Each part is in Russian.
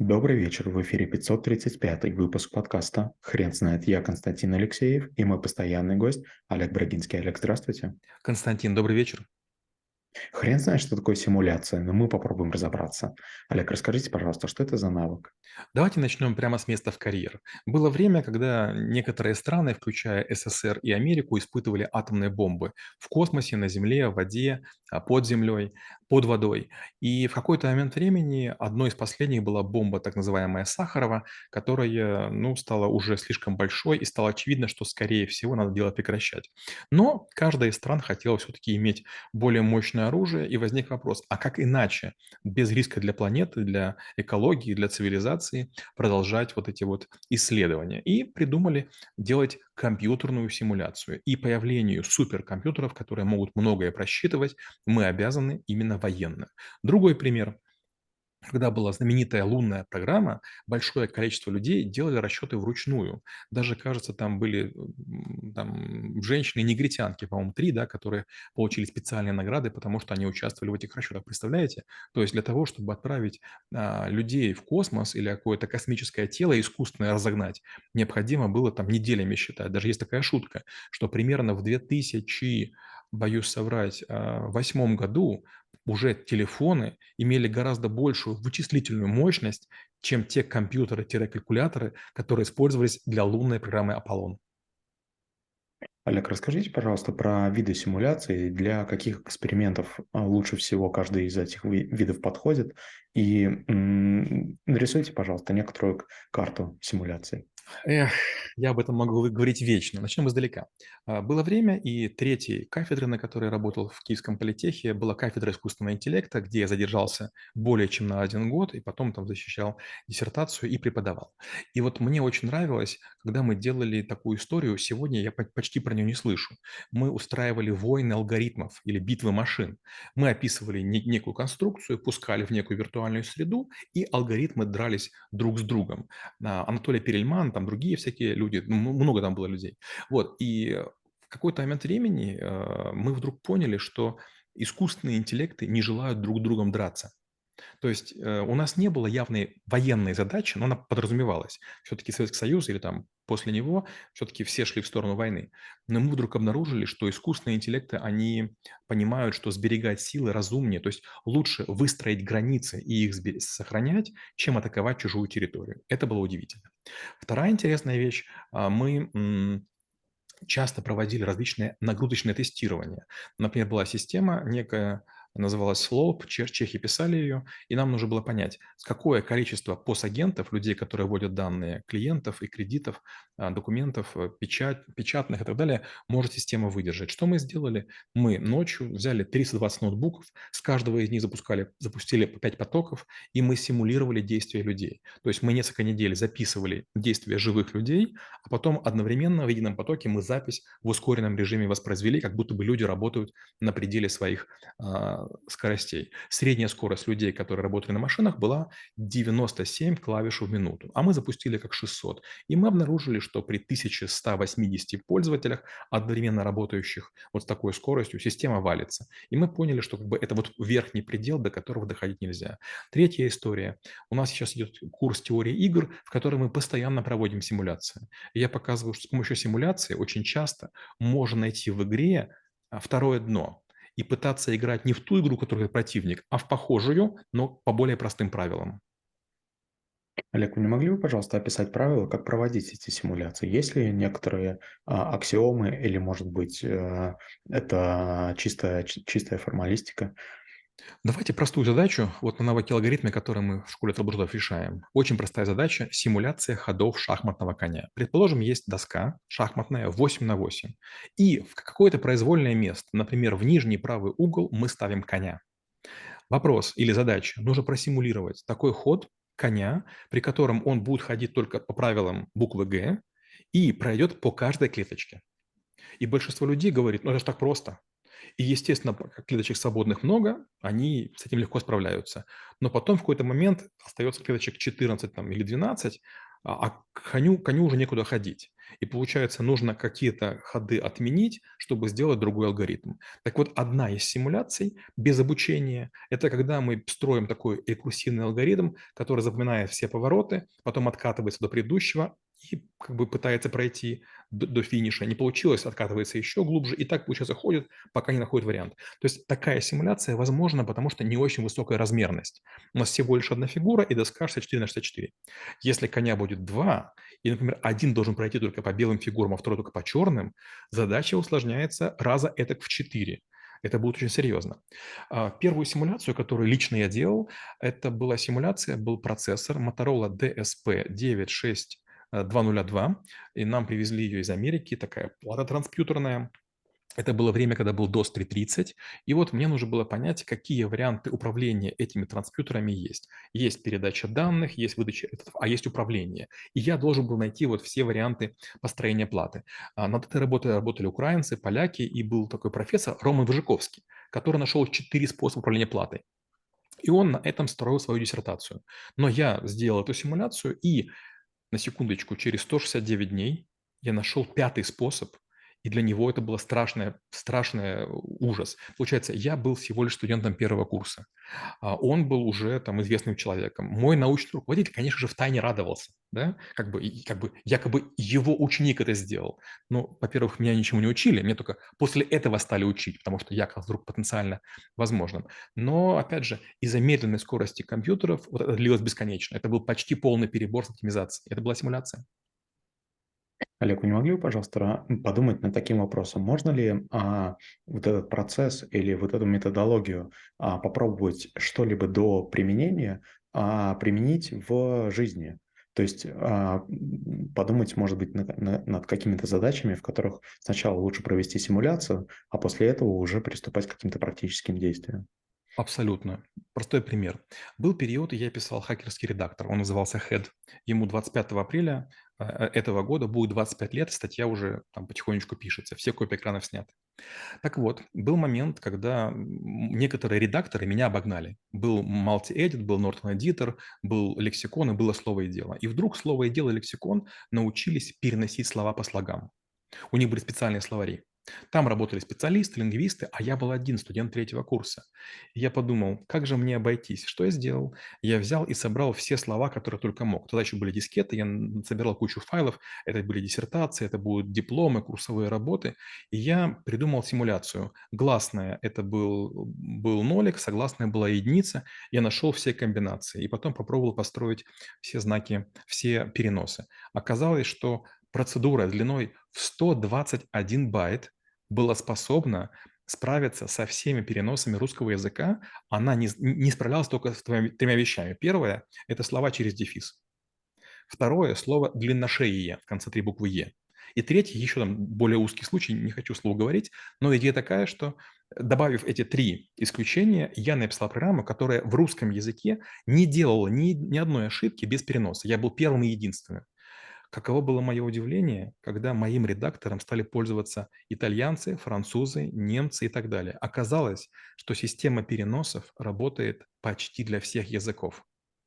Добрый вечер, в эфире 535 выпуск подкаста «Хрен знает». Я Константин Алексеев и мой постоянный гость Олег Брагинский. Олег, здравствуйте. Константин, добрый вечер. Хрен знает, что такое симуляция, но мы попробуем разобраться. Олег, расскажите, пожалуйста, что это за навык? Давайте начнем прямо с места в карьер. Было время, когда некоторые страны, включая СССР и Америку, испытывали атомные бомбы в космосе, на Земле, в воде, под землей, под водой. И в какой-то момент времени одной из последних была бомба, так называемая Сахарова, которая, стала уже слишком большой, и стало очевидно, что, скорее всего, надо дело прекращать. Но каждая из стран хотела все-таки иметь более мощное оружие, и возник вопрос, а как иначе, без риска для планеты, для экологии, для цивилизации, продолжать вот эти вот исследования. И придумали делать компьютерную симуляцию. И появлению суперкомпьютеров, которые могут многое просчитывать, мы обязаны именно военным. Другой пример. Когда была знаменитая лунная программа, большое количество людей делали расчеты вручную. Даже, кажется, там были там женщины-негритянки, по-моему, 3, да, которые получили специальные награды, потому что они участвовали в этих расчетах. Представляете? То есть для того, чтобы отправить людей в космос или какое-то космическое тело искусственное разогнать, необходимо было там неделями считать. Даже есть такая шутка, что примерно в 2000, боюсь соврать, восьмом году уже телефоны имели гораздо большую вычислительную мощность, чем те компьютеры-калькуляторы, которые использовались для лунной программы «Аполлон». Олег, расскажите, пожалуйста, про виды симуляции, для каких экспериментов лучше всего каждый из этих видов подходит, и нарисуйте, пожалуйста, некоторую карту симуляции. Эх, я об этом могу говорить вечно. Начнем издалека. Было время, и третьей кафедрой, на которой я работал в Киевском политехе, была кафедра искусственного интеллекта, где я задержался более чем на 1 год, и потом там защищал диссертацию и преподавал. И вот мне очень нравилось, когда мы делали такую историю, сегодня я почти про нее не слышу. Мы устраивали войны алгоритмов или битвы машин. Мы описывали некую конструкцию, пускали в некую виртуальную среду, и алгоритмы дрались друг с другом. Анатолий Перельман, там другие всякие люди, много там было людей. Вот, и в какой-то момент времени мы вдруг поняли, что искусственные интеллекты не желают друг с другом драться. То есть у нас не было явной военной задачи, но она подразумевалась. Все-таки Советский Союз или там после него все-таки все шли в сторону войны. Но мы вдруг обнаружили, что искусственные интеллекты, они понимают, что сберегать силы разумнее, то есть лучше выстроить границы и их сохранять, чем атаковать чужую территорию. Это было удивительно. Вторая интересная вещь. Мы часто проводили различные нагрузочные тестирования. Например, была система некая, называлась Slope, чехи писали ее, и нам нужно было понять, какое количество постагентов, людей, которые вводят данные клиентов и кредитов, документов, печатных и так далее, может система выдержать. Что мы сделали? Мы ночью взяли 320 ноутбуков, с каждого из них запустили по 5 потоков, и мы симулировали действия людей. То есть мы несколько недель записывали действия живых людей, а потом одновременно в едином потоке мы запись в ускоренном режиме воспроизвели, как будто бы люди работают на пределе своих скоростей. Средняя скорость людей, которые работали на машинах, была 97 клавиш в минуту, а мы запустили как 600. И мы обнаружили, что при 1180 пользователях, одновременно работающих вот с такой скоростью, система валится. И мы поняли, что как бы это вот верхний предел, до которого доходить нельзя. Третья история. У нас сейчас идет курс теории игр, в котором мы постоянно проводим симуляции. И я показываю, что с помощью симуляции очень часто можно найти в игре второе дно и пытаться играть не в ту игру, которая противник, а в похожую, но по более простым правилам. Олег, вы не могли бы, пожалуйста, описать правила, как проводить эти симуляции? Есть ли некоторые аксиомы или, может быть, это чистая формалистика? Давайте простую задачу, вот на навыке алгоритме, который мы в школе Тлабуждов решаем. Очень простая задача – симуляция ходов шахматного коня. Предположим, есть доска шахматная 8 на 8, и в какое-то произвольное место, например, в нижний правый угол мы ставим коня. Вопрос или задача. Нужно просимулировать такой ход коня, при котором он будет ходить только по правилам буквы «Г» и пройдет по каждой клеточке. И большинство людей говорит, ну это же так просто. И, естественно, как клеточек свободных много, они с этим легко справляются. Но потом в какой-то момент остается клеточек 14 там, или 12, а коню уже некуда ходить. И получается, нужно какие-то ходы отменить, чтобы сделать другой алгоритм. Так вот, одна из симуляций без обучения – это когда мы строим такой рекурсивный алгоритм, который запоминает все повороты, потом откатывается до предыдущего и как бы пытается пройти до финиша. Не получилось, откатывается еще глубже, и так, получается, ходит, пока не находит вариант. То есть такая симуляция возможна, потому что не очень высокая размерность. У нас всего лишь одна фигура и доска 64 на 64. Если коня будет два, и, например, один должен пройти только по белым фигурам, а второй только по черным, задача усложняется раза этак в 4. Это будет очень серьезно. Первую симуляцию, которую лично я делал, это была симуляция, был процессор Motorola DSP-96202, и нам привезли ее из Америки, такая плата транспьютерная. Это было время, когда был DOS 3.30, и вот мне нужно было понять, какие варианты управления этими транспьютерами есть. Есть передача данных, есть выдача, а есть управление. И я должен был найти вот все варианты построения платы. Над этой работой работали украинцы, поляки, и был такой профессор Роман Выжиковский, который нашел 4 способа управления платой. И он на этом строил свою диссертацию. Но я сделал эту симуляцию, и на секундочку, через 169 дней я нашел пятый способ, и для него это было страшный ужас. Получается, я был всего лишь студентом первого курса, а он был уже там известным человеком. Мой научный руководитель, конечно же, втайне радовался, да, как бы якобы его ученик это сделал. Но, во-первых, меня ничему не учили, мне только после этого стали учить, потому что я как вдруг потенциально возможным. Но, опять же, из-за медленной скорости компьютеров вот это длилось бесконечно. Это был почти полный перебор с оптимизацией. Это была симуляция. Олег, вы не могли бы, пожалуйста, подумать над таким вопросом? Можно ли вот этот процесс или вот эту методологию попробовать что-либо до применения применить в жизни? То есть подумать, может быть, над какими-то задачами, в которых сначала лучше провести симуляцию, а после этого уже приступать к каким-то практическим действиям. Абсолютно. Простой пример. Был период, и я писал хакерский редактор, он назывался Head. Ему 25 апреля этого года будет 25 лет, статья уже там потихонечку пишется, все копии экранов сняты. Так вот, был момент, когда некоторые редакторы меня обогнали. Был Multi-Edit, был Norton Editor, был лексикон и было слово и дело. И вдруг слово и дело и лексикон научились переносить слова по слогам. У них были специальные словари. Там работали специалисты, лингвисты, а я был один студент третьего курса. И я подумал, как же мне обойтись? Что я сделал? Я взял и собрал все слова, которые только мог. Тогда еще были дискеты, я собирал кучу файлов, это были диссертации, это будут дипломы, курсовые работы. И я придумал симуляцию. Гласная – это был нолик, согласная была единица. Я нашел все комбинации и потом попробовал построить все знаки, все переносы. Оказалось, что процедура длиной в 121 байт была способна справиться со всеми переносами русского языка. Она не справлялась только с тремя вещами. Первое – это слова через дефис. Второе – слово длинношеее, в конце три буквы «е». И третье, еще там более узкий случай, не хочу слово говорить, но идея такая, что добавив эти три исключения, я написал программу, которая в русском языке не делала ни одной ошибки без переноса. Я был первым и единственным. Каково было мое удивление, когда моим редактором стали пользоваться итальянцы, французы, немцы и так далее. Оказалось, что система переносов работает почти для всех языков.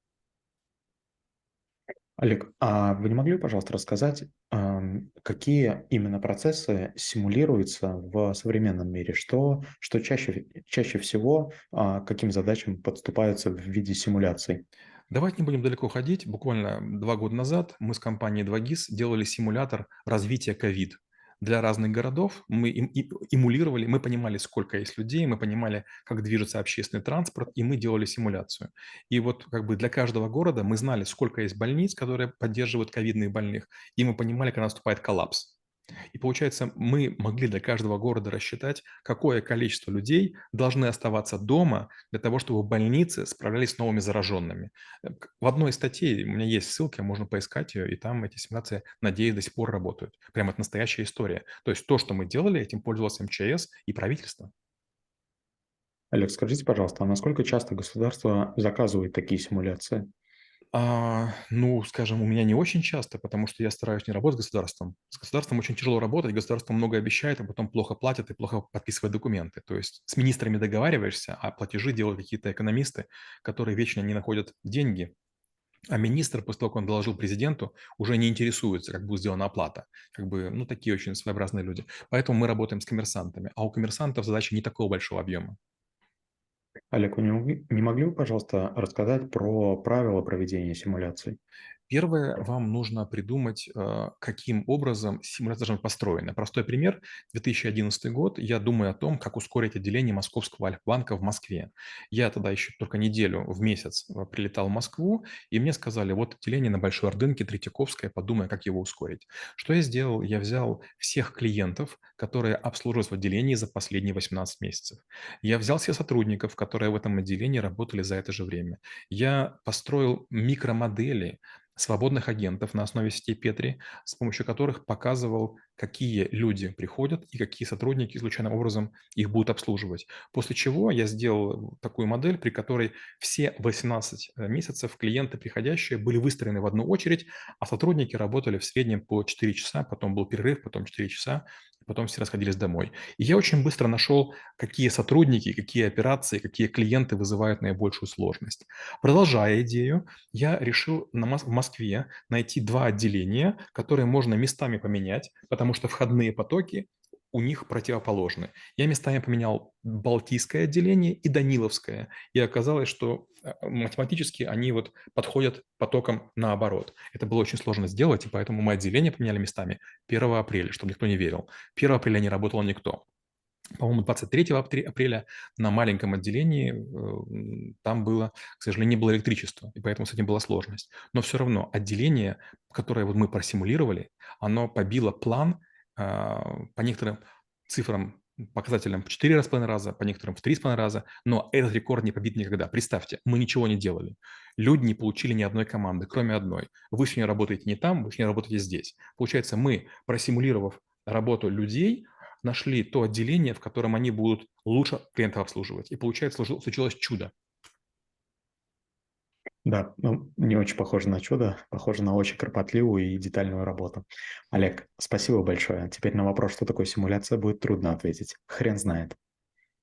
Олег, а вы не могли бы, пожалуйста, рассказать, какие именно процессы симулируются в современном мире? Что чаще всего, к каким задачам подступаются в виде симуляций? Давайте не будем далеко ходить. Буквально 2 года назад мы с компанией 2GIS делали симулятор развития ковид. Для разных городов мы эмулировали, мы понимали, сколько есть людей, мы понимали, как движется общественный транспорт, и мы делали симуляцию. И вот как бы для каждого города мы знали, сколько есть больниц, которые поддерживают ковидных больных, и мы понимали, когда наступает коллапс. И получается, мы могли для каждого города рассчитать, какое количество людей должны оставаться дома для того, чтобы больницы справлялись с новыми зараженными. В одной из статей, у меня есть ссылка, можно поискать ее, и там эти симуляции, надеюсь, до сих пор работают. Прямо это настоящая история. То есть то, что мы делали, этим пользовался МЧС и правительство. Олег, скажите, пожалуйста, а насколько часто государство заказывает такие симуляции? Ну, скажем, у меня не очень часто, потому что я стараюсь не работать с государством. С государством очень тяжело работать, государство много обещает, а потом плохо платит и плохо подписывает документы. То есть с министрами договариваешься, а платежи делают какие-то экономисты, которые вечно не находят деньги А министр, после того, как он доложил президенту, уже не интересуется, как будет сделана оплата. Ну, такие очень своеобразные люди. Поэтому мы работаем с коммерсантами, а у коммерсантов задача не такого большого объема. Олег, вы не могли бы, пожалуйста, рассказать про правила проведения симуляций? Первое, вам нужно придумать, каким образом симуляция должна быть построена. Простой пример. 2011 год. Я думаю о том, как ускорить отделение Московского Альфа-банка в Москве. Я тогда еще только неделю в месяц прилетал в Москву, и мне сказали, вот отделение на Большой Ордынке, Третьяковская, подумай, как его ускорить. Что я сделал? Я взял всех клиентов, которые обслуживались в отделении за последние 18 месяцев. Я взял всех сотрудников, которые в этом отделении работали за это же время. Я построил микромодели свободных агентов на основе сетей Петри, с помощью которых показывал, какие люди приходят и какие сотрудники случайным образом их будут обслуживать. После чего я сделал такую модель, при которой все 18 месяцев клиенты приходящие были выстроены в одну очередь, а сотрудники работали в среднем по 4 часа, потом был перерыв, потом 4 часа, потом все расходились домой. И я очень быстро нашел, какие сотрудники, какие операции, какие клиенты вызывают наибольшую сложность. Продолжая идею, я решил в Москве найти два отделения, которые можно местами поменять, потому что входные потоки у них противоположны. Я местами поменял Балтийское отделение и Даниловское, и оказалось, что математически они вот подходят потоком наоборот. Это было очень сложно сделать, и поэтому мы отделение поменяли местами 1 апреля, чтобы никто не верил. 1 апреля не работал никто. По-моему, 23 апреля на маленьком отделении там было, к сожалению, не было электричества, и поэтому с этим была сложность. Но все равно отделение, которое вот мы просимулировали, оно побило план по некоторым цифрам, показателям в 4,5 раза, по некоторым в 3,5 раза, но этот рекорд не побит никогда. Представьте, мы ничего не делали. Люди не получили ни одной команды, кроме одной. Вы сегодня работаете не там, вы сегодня работаете здесь. Получается, мы, просимулировав работу людей, нашли то отделение, в котором они будут лучше клиентов обслуживать. И получается, случилось чудо. Да, ну, не очень похоже на чудо, похоже на очень кропотливую и детальную работу. Олег, спасибо большое. Теперь на вопрос, что такое симуляция, будет трудно ответить. Хрен знает.